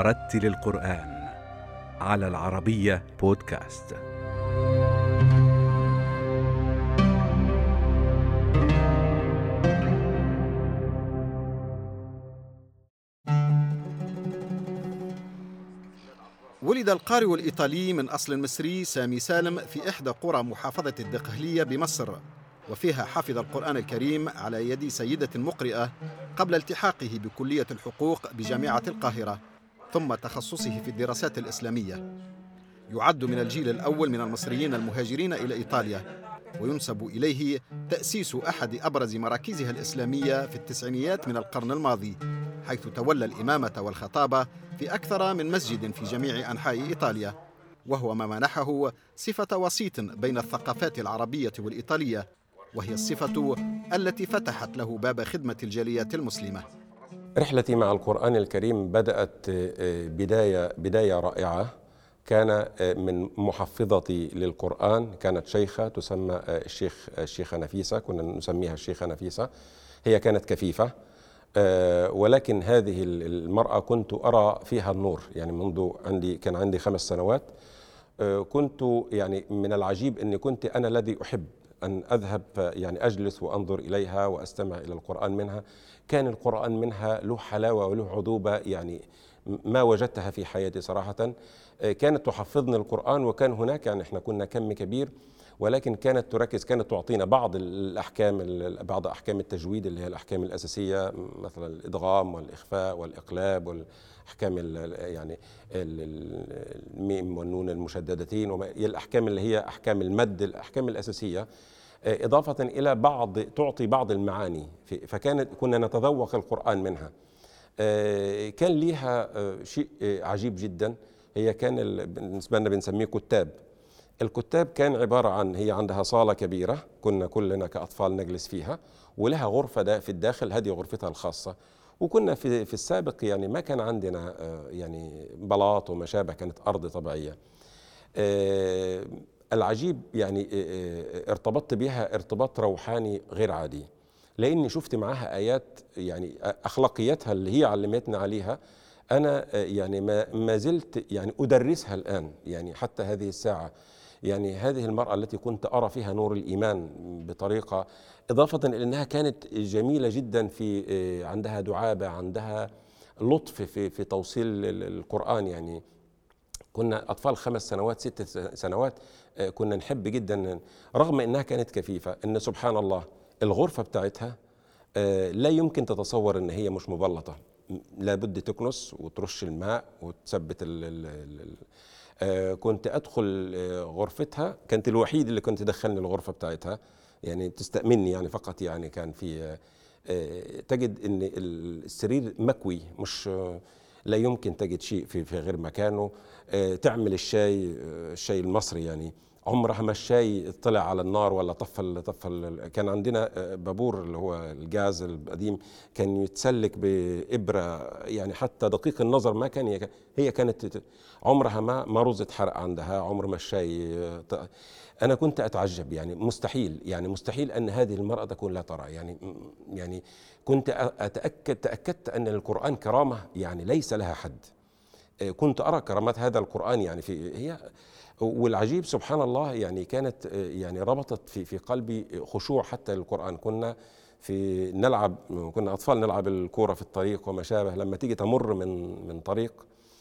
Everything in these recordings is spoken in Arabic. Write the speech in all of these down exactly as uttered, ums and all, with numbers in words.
رتل القرآن على العربية بودكاست. ولد القارئ الإيطالي من أصل مصري سامي سالم في إحدى قرى محافظة الدقهلية بمصر، وفيها حفظ القرآن الكريم على يد سيدة مقرئة قبل التحاقه بكلية الحقوق بجامعة القاهرة، ثم تخصصه في الدراسات الإسلامية. يعد من الجيل الأول من المصريين المهاجرين إلى إيطاليا، وينسب إليه تأسيس أحد أبرز مراكزها الإسلامية في التسعينيات من القرن الماضي، حيث تولى الإمامة والخطابة في أكثر من مسجد في جميع أنحاء إيطاليا، وهو ما منحه صفة وسيط بين الثقافات العربية والإيطالية، وهي الصفة التي فتحت له باب خدمة الجاليات المسلمة. رحلتي مع القرآن الكريم بدأت بداية بداية رائعة. كان من محفظتي للقرآن كانت شيخة تسمى الشيخ الشيخة نفيسة، كنا نسميها الشيخة نفيسة. هي كانت كفيفة، ولكن هذه المرأة كنت أرى فيها النور. يعني منذ عندي كان عندي خمس سنوات كنت يعني من العجيب أني كنت أنا الذي أحب أن أذهب يعني أجلس وأنظر إليها وأستمع إلى القرآن منها. كان القرآن منها له حلاوة وله عذوبة يعني ما وجدتها في حياتي صراحة. كانت تحفظني القرآن، وكان هناك يعني احنا كنا كم كبير، ولكن كانت تركز، كانت تعطينا بعض الأحكام بعض أحكام التجويد اللي هي الأحكام الأساسية، مثلا الإدغام والإخفاء والإقلاب والأحكام يعني الميم والنون المشددتين، والأحكام اللي هي أحكام المد، الأحكام الأساسية، إضافة إلى بعض تعطي بعض المعاني. فكانت كنا نتذوق القرآن منها. كان ليها شيء عجيب جدا. هي كان بالنسبة لنا بنسميه كتاب. الكتاب كان عبارة عن هي عندها صالة كبيرة كنا كلنا كأطفال نجلس فيها، ولها غرفة في الداخل، هذه غرفتها الخاصة. وكنا في في السابق يعني ما كان عندنا يعني بلاط وما شابه، كانت أرض طبيعية. العجيب يعني ارتبطت بها ارتباط روحاني غير عادي، لأني شفت معها آيات يعني أخلاقياتها اللي هي علمتنا عليها. أنا يعني ما ما زلت يعني أدرسها الآن، يعني حتى هذه الساعة. يعني هذه المرأة التي كنت أرى فيها نور الإيمان بطريقة، إضافة إلى أنها كانت جميلة جدا، في عندها دعابة، عندها لطف في في توصيل القرآن. يعني كنا أطفال خمس سنوات ست سنوات كنا نحب جدا، رغم أنها كانت كفيفة. إن سبحان الله الغرفة بتاعتها لا يمكن تتصور أن هي مش مبلطة، لابد تكنس وترش الماء وتثبت ال ال ال آه كنت أدخل غرفتها، كانت الوحيد اللي كنت تدخلني الغرفة بتاعتها، يعني تستأمني يعني فقط. يعني كان في آه تجد أن السرير مكوي، مش آه لا يمكن تجد شيء في, في غير مكانه. آه تعمل الشاي، آه الشاي المصري يعني عمرها ما الشاي طلع على النار ولا طفل طفل. كان عندنا بابور اللي هو الجاز القديم، كان يتسلك بإبرة، يعني حتى دقيق النظر ما كان. هي كانت عمرها ما ما رز اتحرق عندها، عمر ما الشاي. أنا كنت أتعجب، يعني مستحيل يعني مستحيل أن هذه المرأة تكون لا ترى. يعني يعني كنت أتأكد تأكدت أن القرآن كرامة يعني ليس لها حد. كنت أرى كرامات هذا القرآن يعني في هي. والعجيب سبحان الله يعني كانت يعني ربطت في في قلبي خشوع حتى للقرآن. كنا في نلعب، كنا أطفال نلعب الكورة في الطريق وما شابه، لما تيجي تمر من من طريق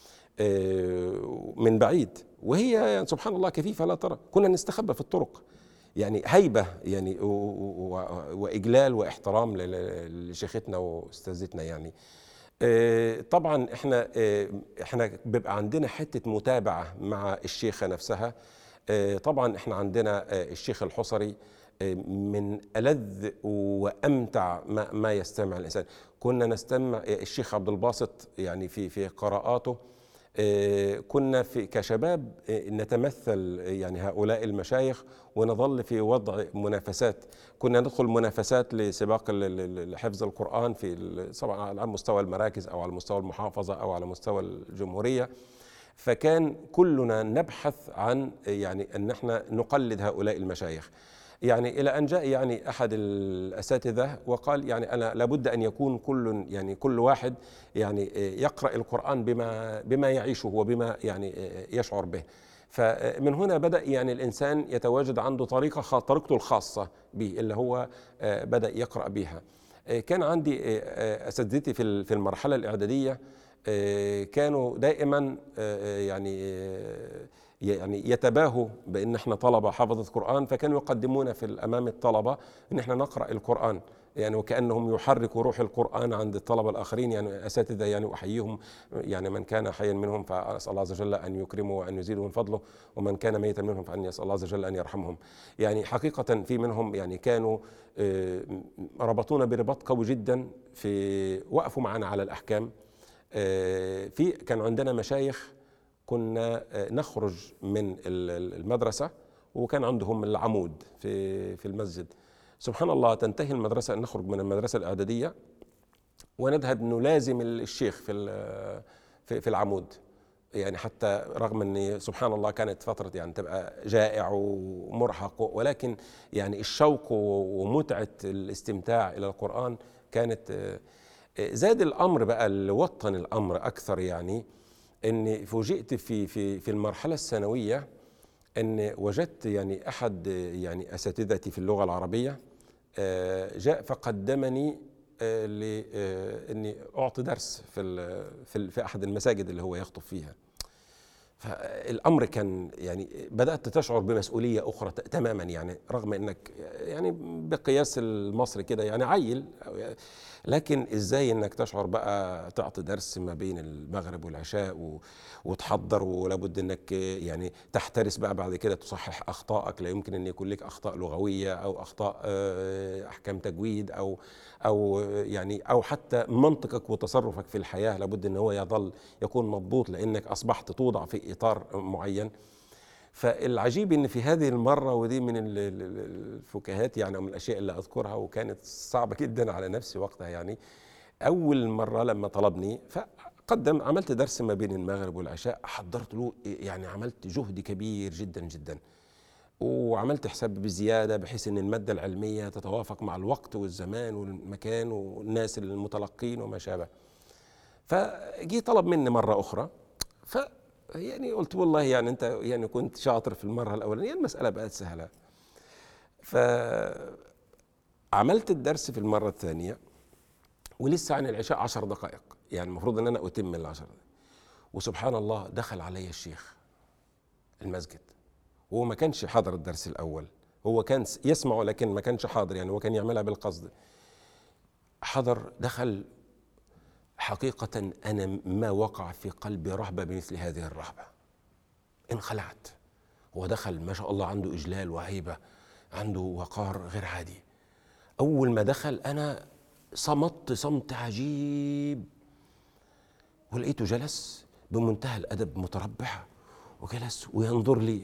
من بعيد وهي يعني سبحان الله كفيفة لا ترى، كنا نستخبى في الطرق. يعني هيبة يعني وإجلال واحترام لشيختنا وأستاذتنا. يعني طبعا احنا احنا بيبقى عندنا حته متابعه مع الشيخه نفسها. طبعا احنا عندنا الشيخ الحصري من ألذ وامتع ما, ما يستمع الانسان. كنا نستمع الشيخ عبد الباسط يعني في في قراءاته. كنا في كشباب نتمثل يعني هؤلاء المشايخ، ونظل في وضع منافسات. كنا ندخل منافسات لسباق حفظ القرآن في سواء على مستوى المراكز أو على مستوى المحافظة أو على مستوى الجمهورية. فكان كلنا نبحث عن يعني أن احنا نقلد هؤلاء المشايخ. يعني إلى أن جاء يعني أحد الأساتذة وقال يعني أنا لابد أن يكون كل يعني كل واحد يعني يقرأ القرآن بما بما يعيشه وبما يعني يشعر به. فمن هنا بدأ يعني الإنسان يتواجد عنده طريقة طريقته الخاصة به اللي هو بدأ يقرأ بها. كان عندي أساتذتي في في المرحلة الإعدادية كانوا دائما يعني يعني يتباهوا بأن احنا طلبة حفظة قرآن، فكانوا يقدمونا في أمام الطلبة أن احنا نقرأ القرآن، يعني وكأنهم يحركوا روح القرآن عند الطلبة الآخرين. يعني أساتذة يعني أحييهم، يعني من كان حيا منهم فأسأل الله عز وجل أن يكرمه وأن يزيده من فضله، ومن كان ميتا منهم فأن يسأل الله عز وجل أن يرحمهم. يعني حقيقة في منهم يعني كانوا ربطونا برباط قوي جدا، في وقفوا معنا على الأحكام. في كان عندنا مشايخ كنا نخرج من المدرسة وكان عندهم العمود في في المسجد. سبحان الله، تنتهي المدرسة أن نخرج من المدرسة الإعدادية ونذهب نلازم الشيخ في في العمود، يعني حتى رغم أن سبحان الله كانت فترة يعني تبقى جائع ومرهق، ولكن يعني الشوق ومتعة الاستمتاع إلى القرآن كانت. زاد الأمر بقى اللي وطن الأمر أكثر، يعني أني فوجئت في في في المرحلة الثانوية أن وجدت يعني أحد يعني أساتذتي في اللغة العربية جاء فقدمني لأني أعطي درس في في في أحد المساجد اللي هو يخطب فيها. فالأمر كان يعني بدأت تشعر بمسؤولية أخرى تماما، يعني رغم أنك يعني بقياس المصري كده يعني عيل، لكن ازاي انك تشعر بقى تعطي درس ما بين المغرب والعشاء وتحضر، ولابد انك يعني تحترس بقى بعد كده تصحح اخطائك، لا يمكن ان يكون لك اخطاء لغويه او اخطاء احكام تجويد او او يعني او حتى منطقك وتصرفك في الحياه لابد ان هو يظل يكون مضبوط، لانك اصبحت توضع في اطار معين. فالعجيب ان في هذه المره، ودي من الفكاهات يعني او من الاشياء اللي اذكرها وكانت صعبه جدا على نفسي وقتها، يعني اول مره لما طلبني فقدم عملت درس ما بين المغرب والعشاء، حضرت له يعني عملت جهد كبير جدا جدا، وعملت حساب بزياده بحيث ان الماده العلميه تتوافق مع الوقت والزمان والمكان والناس المتلقين وما شابه. فجي طلب مني مره اخرى، ف يعني قلت والله يعني انت يعني كنت شاطر في المره الاولانيه، المساله بقت سهله. فعملت الدرس في المره الثانيه ولسه عن العشاء عشر دقائق، يعني المفروض ان انا اتم العشر دقائق، وسبحان الله دخل علي الشيخ المسجد، وهو ما كانش حاضر الدرس الاول، هو كان يسمعه لكن ما كانش حاضر، يعني هو كان يعملها بالقصد. حضر دخل، حقيقة أنا ما وقع في قلبي رهبة بمثل هذه الرهبة، انخلعت. هو دخل ما شاء الله عنده إجلال وهيبة، عنده وقار غير عادي. أول ما دخل أنا صمت صمت عجيب، ولقيته جلس بمنتهى الأدب متربع، وجلس وينظر لي.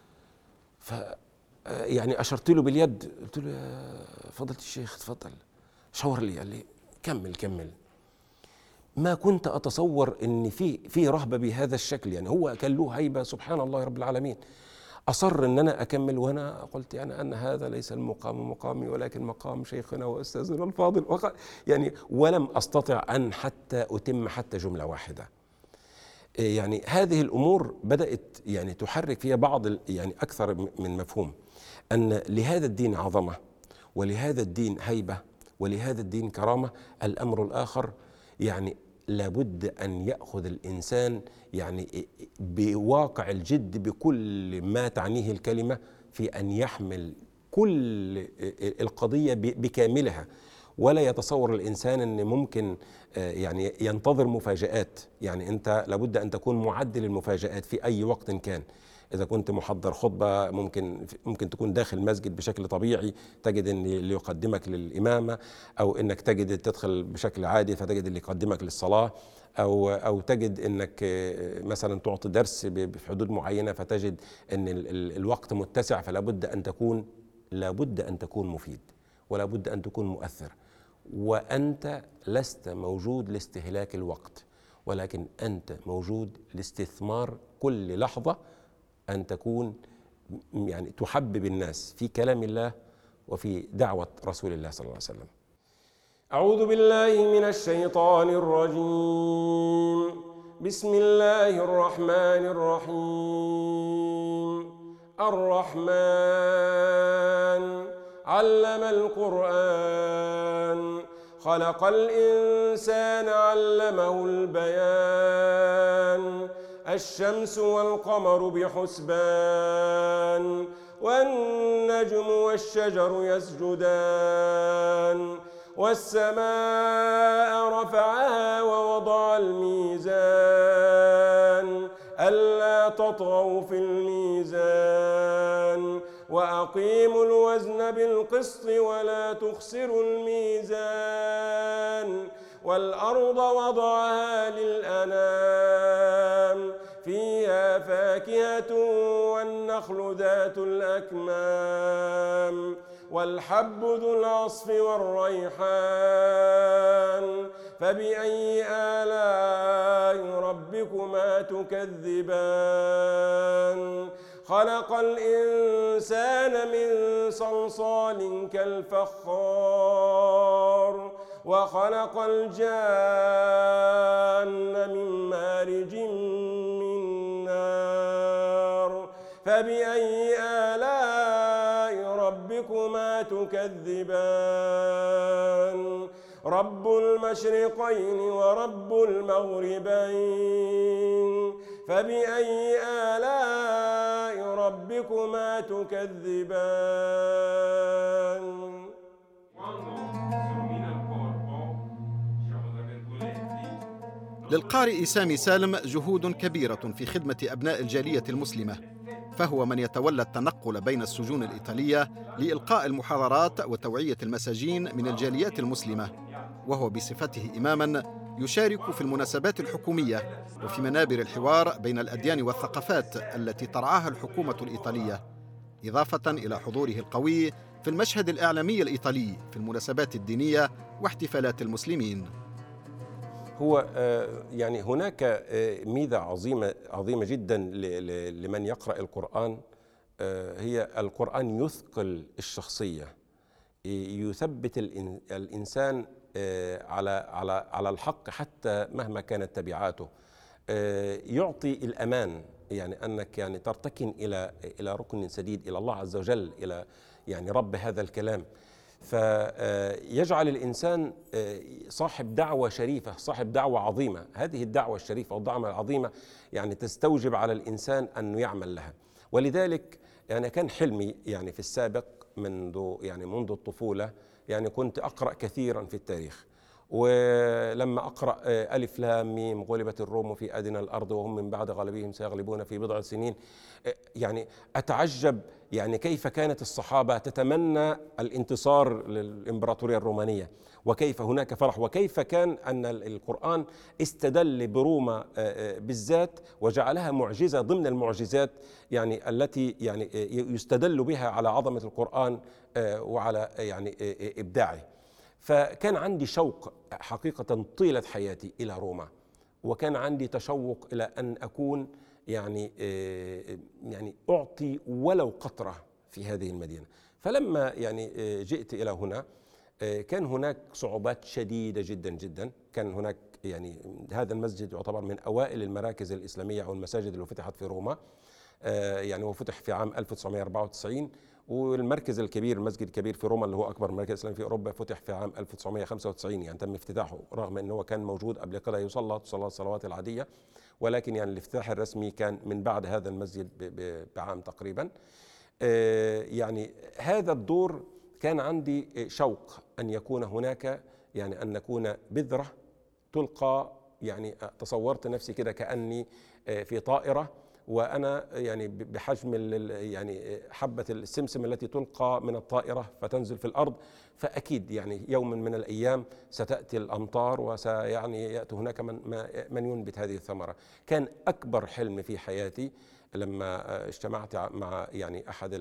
ف يعني أشرت له باليد، قلت له يا فضيلة الشيخ تفضل. شاور لي، قال لي كمل كمل. ما كنت أتصور إن في في رهبة بهذا الشكل، يعني هو كان له هيبة سبحان الله رب العالمين. أصر إن أنا أكمل، وأنا قلت يعني أن هذا ليس المقام مقامي ولكن مقام شيخنا وأستاذنا الفاضل، يعني ولم أستطع أن حتى أتم حتى جملة واحدة. يعني هذه الأمور بدأت يعني تحرك فيها بعض يعني أكثر من مفهوم، أن لهذا الدين عظمة ولهذا الدين هيبة ولهذا الدين كرامة. الأمر الآخر يعني لابد أن يأخذ الإنسان يعني بواقع الجد بكل ما تعنيه الكلمة، في أن يحمل كل القضية بكاملها، ولا يتصور الإنسان أن ممكن يعني ينتظر مفاجآت. يعني أنت لابد أن تكون معد للمفاجآت في أي وقت كان. إذا كنت محضر خطبة ممكن ممكن تكون داخل مسجد بشكل طبيعي تجد أن اللي يقدمك للإمامة، أو أنك تجد تدخل بشكل عادي فتجد اللي يقدمك للصلاة، أو أو تجد أنك مثلا تعطي درس في حدود معينة فتجد أن الوقت متسع، فلا بد أن تكون لابد أن تكون مفيد ولا بد أن تكون مؤثر. وأنت لست موجود لاستهلاك الوقت، ولكن أنت موجود لاستثمار كل لحظة، أن تكون يعني تحبب الناس في كلام الله وفي دعوة رسول الله صلى الله عليه وسلم. أعوذ بالله من الشيطان الرجيم. بسم الله الرحمن الرحيم. الرحمن علم القرآن خلق الإنسان علمه البيان. الشمس والقمر بحسبان والنجم والشجر يسجدان. والسماء رفعها ووضع الميزان ألا تطغوا في الميزان وأقيموا الوزن بالقسط ولا تخسروا الميزان. والأرض وضعها للأنام فيها فاكهة والنخل ذات الأكمام والحب ذو العصف والريحان. فبأي آلاء ربكما تكذبان. خلق الإنسان من صلصال كالفخار وخلق الجان من مارج من نار. فبأي آلاء ربكما تكذبان. رب المشرقين ورب المغربين. فبأي آلاء ربكما تكذبان. للقارئ سامي سالم جهود كبيرة في خدمة أبناء الجالية المسلمة، فهو من يتولى التنقل بين السجون الإيطالية لإلقاء المحاضرات وتوعية المساجين من الجاليات المسلمة، وهو بصفته إماماً يشارك في المناسبات الحكومية وفي منابر الحوار بين الأديان والثقافات التي ترعاها الحكومة الإيطالية، إضافة إلى حضوره القوي في المشهد الإعلامي الإيطالي في المناسبات الدينية واحتفالات المسلمين. هو يعني هناك ميزة عظيمة عظيمة جدا لمن يقرأ القرآن، هي القرآن يثقل الشخصية، يثبت الإنسان على على على الحق حتى مهما كانت تبعاته، يعطي الأمان، يعني أنك يعني ترتكن إلى إلى ركن سديد، إلى الله عز وجل، إلى يعني رب هذا الكلام، فيجعل الإنسان صاحب دعوة شريفة، صاحب دعوة عظيمة. هذه الدعوة الشريفة والدعوة العظيمة يعني تستوجب على الإنسان أن يعمل لها. ولذلك يعني كان حلمي يعني في السابق منذ يعني منذ الطفولة، يعني كنت أقرأ كثيرا في التاريخ، ولما أقرأ ألف لام ميم غلبت الروم في أدنى الأرض وهم من بعد غلبهم سيغلبون في بضع سنين، يعني أتعجب يعني كيف كانت الصحابة تتمنى الانتصار للإمبراطورية الرومانية، وكيف هناك فرح، وكيف كان أن القرآن استدل بروما بالذات وجعلها معجزة ضمن المعجزات يعني التي يعني يستدل بها على عظمة القرآن وعلى يعني إبداعه. فكان عندي شوق حقيقة طيلة حياتي إلى روما، وكان عندي تشوق إلى أن أكون يعني يعني أعطي ولو قطرة في هذه المدينة. فلما يعني جئت إلى هنا كان هناك صعوبات شديدة جدا جدا. كان هناك يعني هذا المسجد يعتبر من أوائل المراكز الإسلامية أو المساجد اللي فتحت في روما، يعني هو فتح في عام ألف وتسعمائة وأربعة وتسعين، والمركز الكبير المسجد الكبير في روما اللي هو أكبر مركز إسلامي في أوروبا فتح في عام ألف وتسعمائة وخمسة وتسعين، يعني تم افتتاحه رغم أنه هو كان موجود قبل كده يصلى تصلى الصلوات العادية، ولكن يعني الافتتاح الرسمي كان من بعد هذا المسجد بعام تقريبا. يعني هذا الدور كان عندي شوق أن يكون هناك، يعني أن نكون بذرة تلقى، يعني تصورت نفسي كده كأني في طائرة وأنا يعني بحجم يعني حبة السمسم التي تلقى من الطائرة فتنزل في الأرض، فأكيد يعني يوم من الأيام ستأتي الأمطار وسيعني يأتي هناك من من ينبت هذه الثمرة. كان أكبر حلم في حياتي لما اجتمعت مع يعني أحد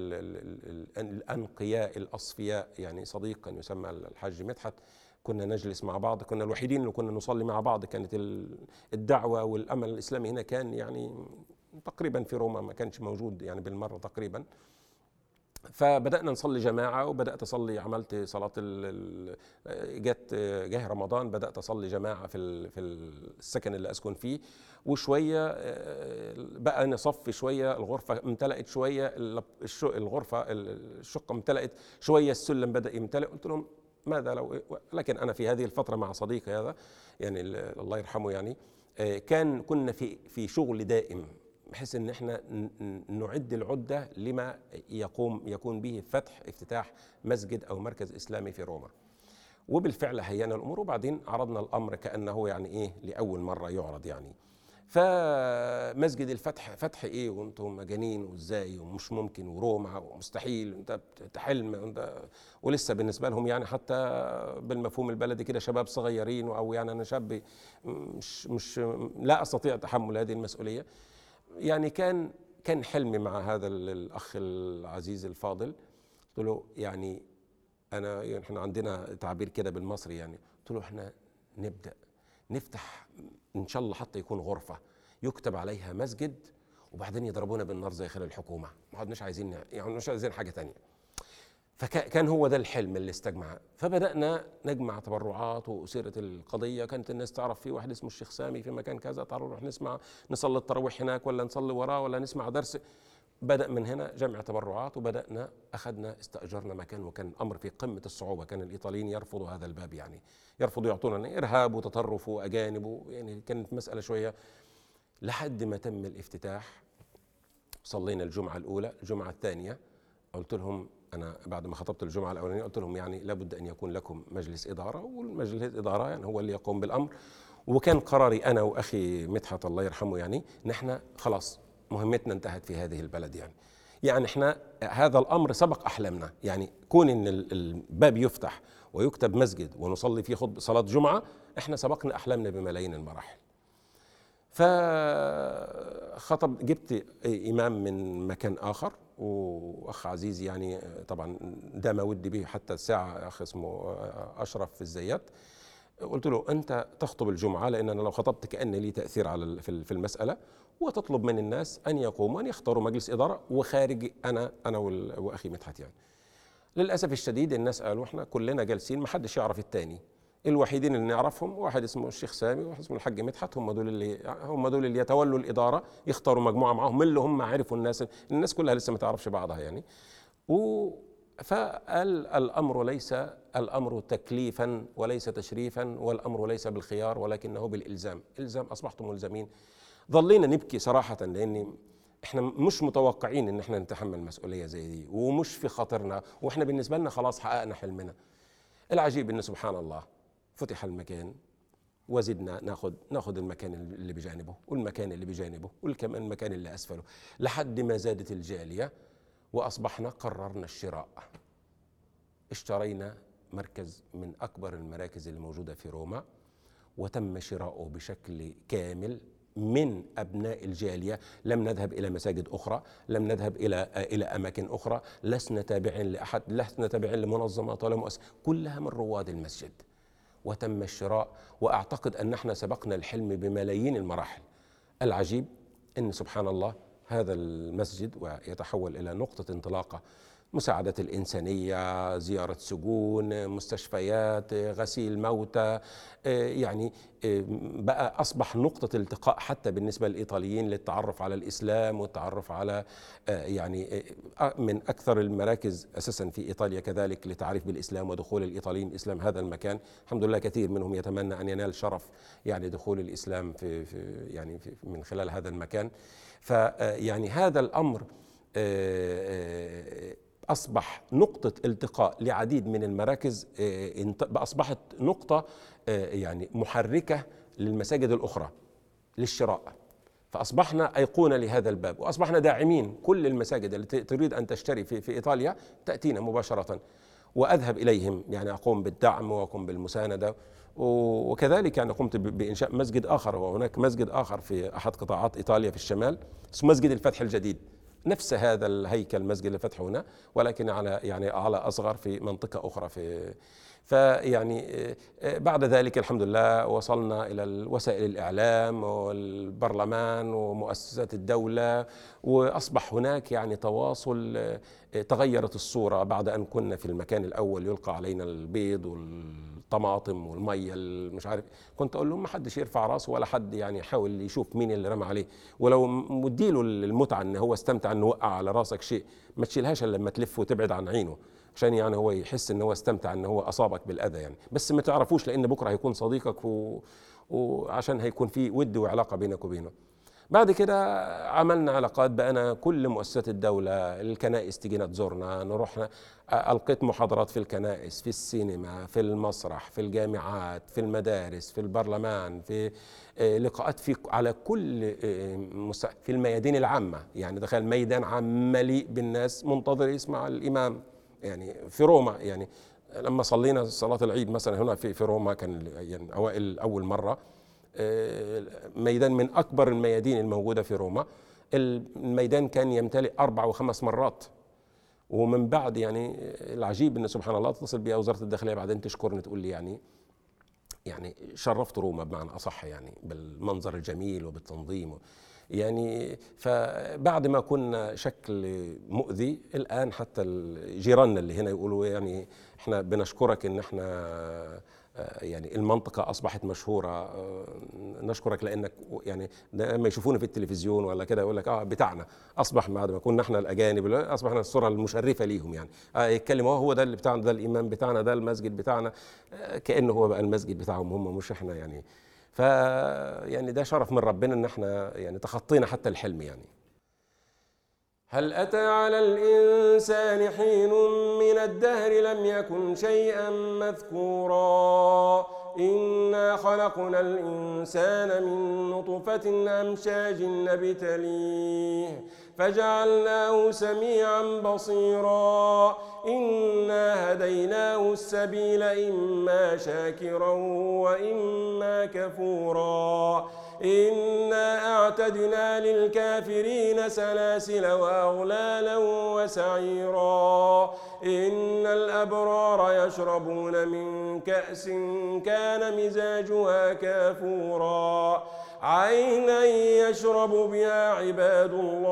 الأنقياء الأصفياء، يعني صديق كان يسمى الحاج مدحت، كنا نجلس مع بعض، كنا الوحيدين اللي كنا نصلي مع بعض، كانت الدعوة والأمل الإسلامي هنا كان يعني تقريبا في روما ما كانش موجود يعني بالمرة تقريبا. فبدأنا نصلي جماعة، وبدأت أصلي، عملت صلاة ال جت جه رمضان بدأت أصلي جماعة في في السكن اللي أسكن فيه، وشوية بقى نصفي شوية، الغرفة امتلأت شوية، الغرفة الشقة امتلأت شوية، السلم بدأ يمتلئ. قلت لهم ماذا لو، لكن أنا في هذه الفترة مع صديقي هذا يعني الله يرحمه يعني كان كنا في في شغل دائم، بحيث ان احنا نعد العده لما يقوم يكون به فتح افتتاح مسجد او مركز اسلامي في روما. وبالفعل هينا الامور، وبعدين عرضنا الامر كانه يعني ايه لاول مره يعرض يعني. فمسجد الفتح، فتح ايه وانتم مجانين وازاي ومش ممكن وروما ومستحيل انت حلم انت، ولسه بالنسبه لهم يعني حتى بالمفهوم البلدي كده شباب صغيرين، او يعني انا شاب مش مش لا استطيع تحمل هذه المسؤوليه. يعني كان كان حلمي مع هذا الاخ العزيز الفاضل. قلت له يعني انا يعني احنا عندنا تعبير كده بالمصري يعني، قلت له احنا نبدا نفتح ان شاء الله حتى يكون غرفه يكتب عليها مسجد، وبعدين يضربونا بالنار زي خلال الحكومه، ما عدناش عايزين يعني مش عايزين حاجه تانية. فكان هو ده الحلم اللي استجمع. فبدأنا نجمع تبرعات وأسيرة القضية، كانت الناس تعرف في واحد اسمه الشيخ سامي في مكان كذا، تعالوا نروح نسمع نصلي التراويح هناك ولا نصلي وراه ولا نسمع درس. بدأ من هنا جمع تبرعات، وبدأنا أخذنا استأجرنا مكان، وكان الأمر في قمة الصعوبة، كان الإيطاليين يرفضوا هذا الباب يعني، يرفضوا يعطونا إرهاب وتطرف وأجانب، يعني كانت مسألة شوية. لحد ما تم الافتتاح صلينا الجمعة الأولى. الجمعة الثانية قلت لهم أنا بعد ما خطبت الجمعة الأولانية قلت لهم يعني لابد أن يكون لكم مجلس إدارة، والمجلس الإدارة يعني هو اللي يقوم بالأمر. وكان قراري أنا وأخي مدحت الله يرحمه يعني نحن خلاص مهمتنا انتهت في هذه البلد يعني. يعني احنا هذا الأمر سبق أحلامنا، يعني كون أن الباب يفتح ويكتب مسجد ونصلي فيه خطبة صلاة جمعة، احنا سبقنا أحلامنا بملايين المراحل. فخطب جبت إمام من مكان آخر، واخ عزيز يعني طبعا ده ما ودي به حتى الساعه، اخ اسمه اشرف في الزيات. قلت له انت تخطب الجمعه، لان انا لو خطبت كان لي تاثير على في المساله، وتطلب من الناس ان يقوموا ان يختاروا مجلس اداره، وخارج انا انا واخي مدحت يعني. للاسف الشديد الناس قالوا احنا كلنا جالسين ما حدش يعرف الثاني، الوحيدين اللي نعرفهم واحد اسمه الشيخ سامي وواحد اسمه الحاج مدحت، هم دول اللي هم دول اللي يتولوا الاداره، يختاروا مجموعه معهم من اللي هم عرفوا الناس، الناس كلها لسه ما تعرفش بعضها يعني. و فقال الامر ليس الامر تكليفا وليس تشريفا، والامر ليس بالخيار ولكنه بالالزام، الزام، اصبحتم ملزمين. ظلينا نبكي صراحه، لان احنا مش متوقعين ان احنا نتحمل مسؤوليه زي دي، ومش في خاطرنا، واحنا بالنسبه لنا خلاص حققنا حلمنا. العجيب ان سبحان الله فتح المكان، وزدنا ناخذ ناخذ المكان اللي بجانبه والمكان اللي بجانبه والكمان المكان اللي اسفله، لحد ما زادت الجاليه واصبحنا قررنا الشراء. اشترينا مركز من اكبر المراكز اللي موجوده في روما، وتم شراؤه بشكل كامل من ابناء الجاليه. لم نذهب الى مساجد اخرى، لم نذهب الى الى اماكن اخرى، لسنا تابعين لاحد، لسنا تابعين لمنظمات ولا مؤسسات، كلها من رواد المسجد. وتم الشراء، واعتقد ان احنا سبقنا الحلم بملايين المراحل. العجيب ان سبحان الله هذا المسجد ويتحول الى نقطه انطلاقه، مساعدة الإنسانية، زيارة سجون، مستشفيات، غسيل موتى، يعني بقى أصبح نقطة التقاء حتى بالنسبة للإيطاليين للتعرف على الإسلام والتعرف على يعني من أكثر المراكز أساسا في إيطاليا كذلك لتعريف بالإسلام ودخول الإيطاليين الإسلام. هذا المكان الحمد لله كثير منهم يتمنى أن ينال شرف يعني دخول الإسلام في, في يعني في من خلال هذا المكان. فيعني هذا الأمر أصبح نقطة التقاء لعديد من المراكز، أصبحت نقطة يعني محركة للمساجد الأخرى للشراء، فأصبحنا أيقونة لهذا الباب، وأصبحنا داعمين. كل المساجد التي تريد أن تشتري في, في إيطاليا تأتينا مباشرة، وأذهب إليهم يعني أقوم بالدعم وأقوم بالمساندة. وكذلك يعني قمت بإنشاء مسجد آخر، وهناك مسجد آخر في أحد قطاعات إيطاليا في الشمال اسمه مسجد الفتح الجديد، نفس هذا الهيكل المسجد اللي فتحه هنا، ولكن على يعني على أصغر في منطقة أخرى. في فيعني بعد ذلك الحمد لله وصلنا إلى وسائل الإعلام والبرلمان ومؤسسات الدولة، وأصبح هناك يعني تواصل. تغيرت الصورة بعد أن كنا في المكان الأول يلقى علينا البيض والطماطم والمية مش عارف، كنت أقول لهم ما حدش يرفع راسه ولا حد يعني يحاول يشوف مين اللي رمى عليه، ولو مديله المتعة أنه هو استمتع أنه وقع على راسك شيء ما تشيلهاش إلا لما تلف وتبعد عن عينه، عشان يعني هو يحس ان هو استمتع ان هو اصابك بالاذى يعني، بس ما تعرفوش لان بكره هيكون صديقك و... وعشان هيكون في ود وعلاقه بينك وبينه. بعد كده عملنا علاقات بقى كل مؤسسات الدوله، الكنائس تجينا تزورنا، نروح القيت محاضرات في الكنائس، في السينما، في المسرح، في الجامعات، في المدارس، في البرلمان، في لقاءات في على كل في الميادين العامه، يعني دخل ميدان عام مليء بالناس منتظر يسمع الامام. يعني في روما يعني لما صلينا صلاة العيد مثلا هنا في في روما كان يعني أوائل أول مرة، ميدان من أكبر الميادين الموجودة في روما، الميدان كان يمتلئ أربع وخمس مرات. ومن بعد يعني العجيب إن سبحان الله تتصل بي وزارة الداخلية بعدين تشكرني تقول لي يعني يعني شرفت روما بمعنى أصح يعني بالمنظر الجميل وبالتنظيم يعني. فبعد ما كنا شكل مؤذي الآن حتى جيراننا اللي هنا يقولوا يعني احنا بنشكرك ان احنا يعني المنطقة أصبحت مشهورة، نشكرك لأنك يعني لما يشوفونا في التلفزيون ولا كده يقول لك اه بتاعنا أصبح بعد ما كنا احنا الأجانب أصبحنا الصورة المشرفة ليهم يعني، آه يتكلموا هو ده اللي بتاعنا، ده الإمام بتاعنا، ده المسجد بتاعنا، آه كأنه هو بقى المسجد بتاعهم هم مش احنا يعني. ف يعني ده شرف من ربنا ان احنا يعني تخطينا حتى الحلم يعني. هل أتى على الإنسان حين من الدهر لم يكن شيئا مذكورا إنا خلقنا الإنسان من نطفة أمشاج نبتليه فجعلناه سميعا بصيرا إنا هديناه السبيل إما شاكرا وإما كفورا إنا أعتدنا للكافرين سلاسل وأغلالا وسعيرا إن الأبرار يشربون من كأس كان مزاجها كافورا عينا يشرب بها عباد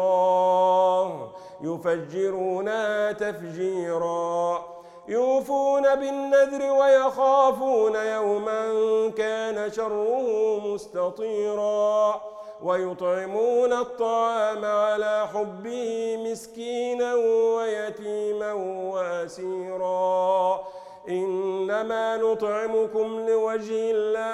الله يفجرونها تفجيرا يوفون بالنذر ويخافون يوما كان شره مستطيرا ويطعمون الطعام على حبه مسكينا ويتيما وأسيرا إنما نطعمكم لوجه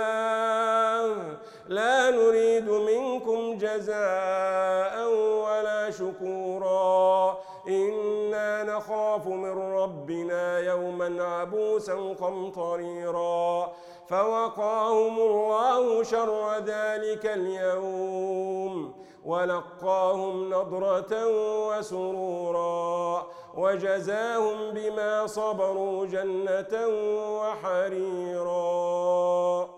الله لا نريد منكم جزاء ولا شكورا إنا نخاف من ربنا يوما عبوسا قمطريرا فوقاهم الله شر ذلك اليوم ولقاهم نضرة وسرورا وجزاهم بما صبروا جنة وحريرا.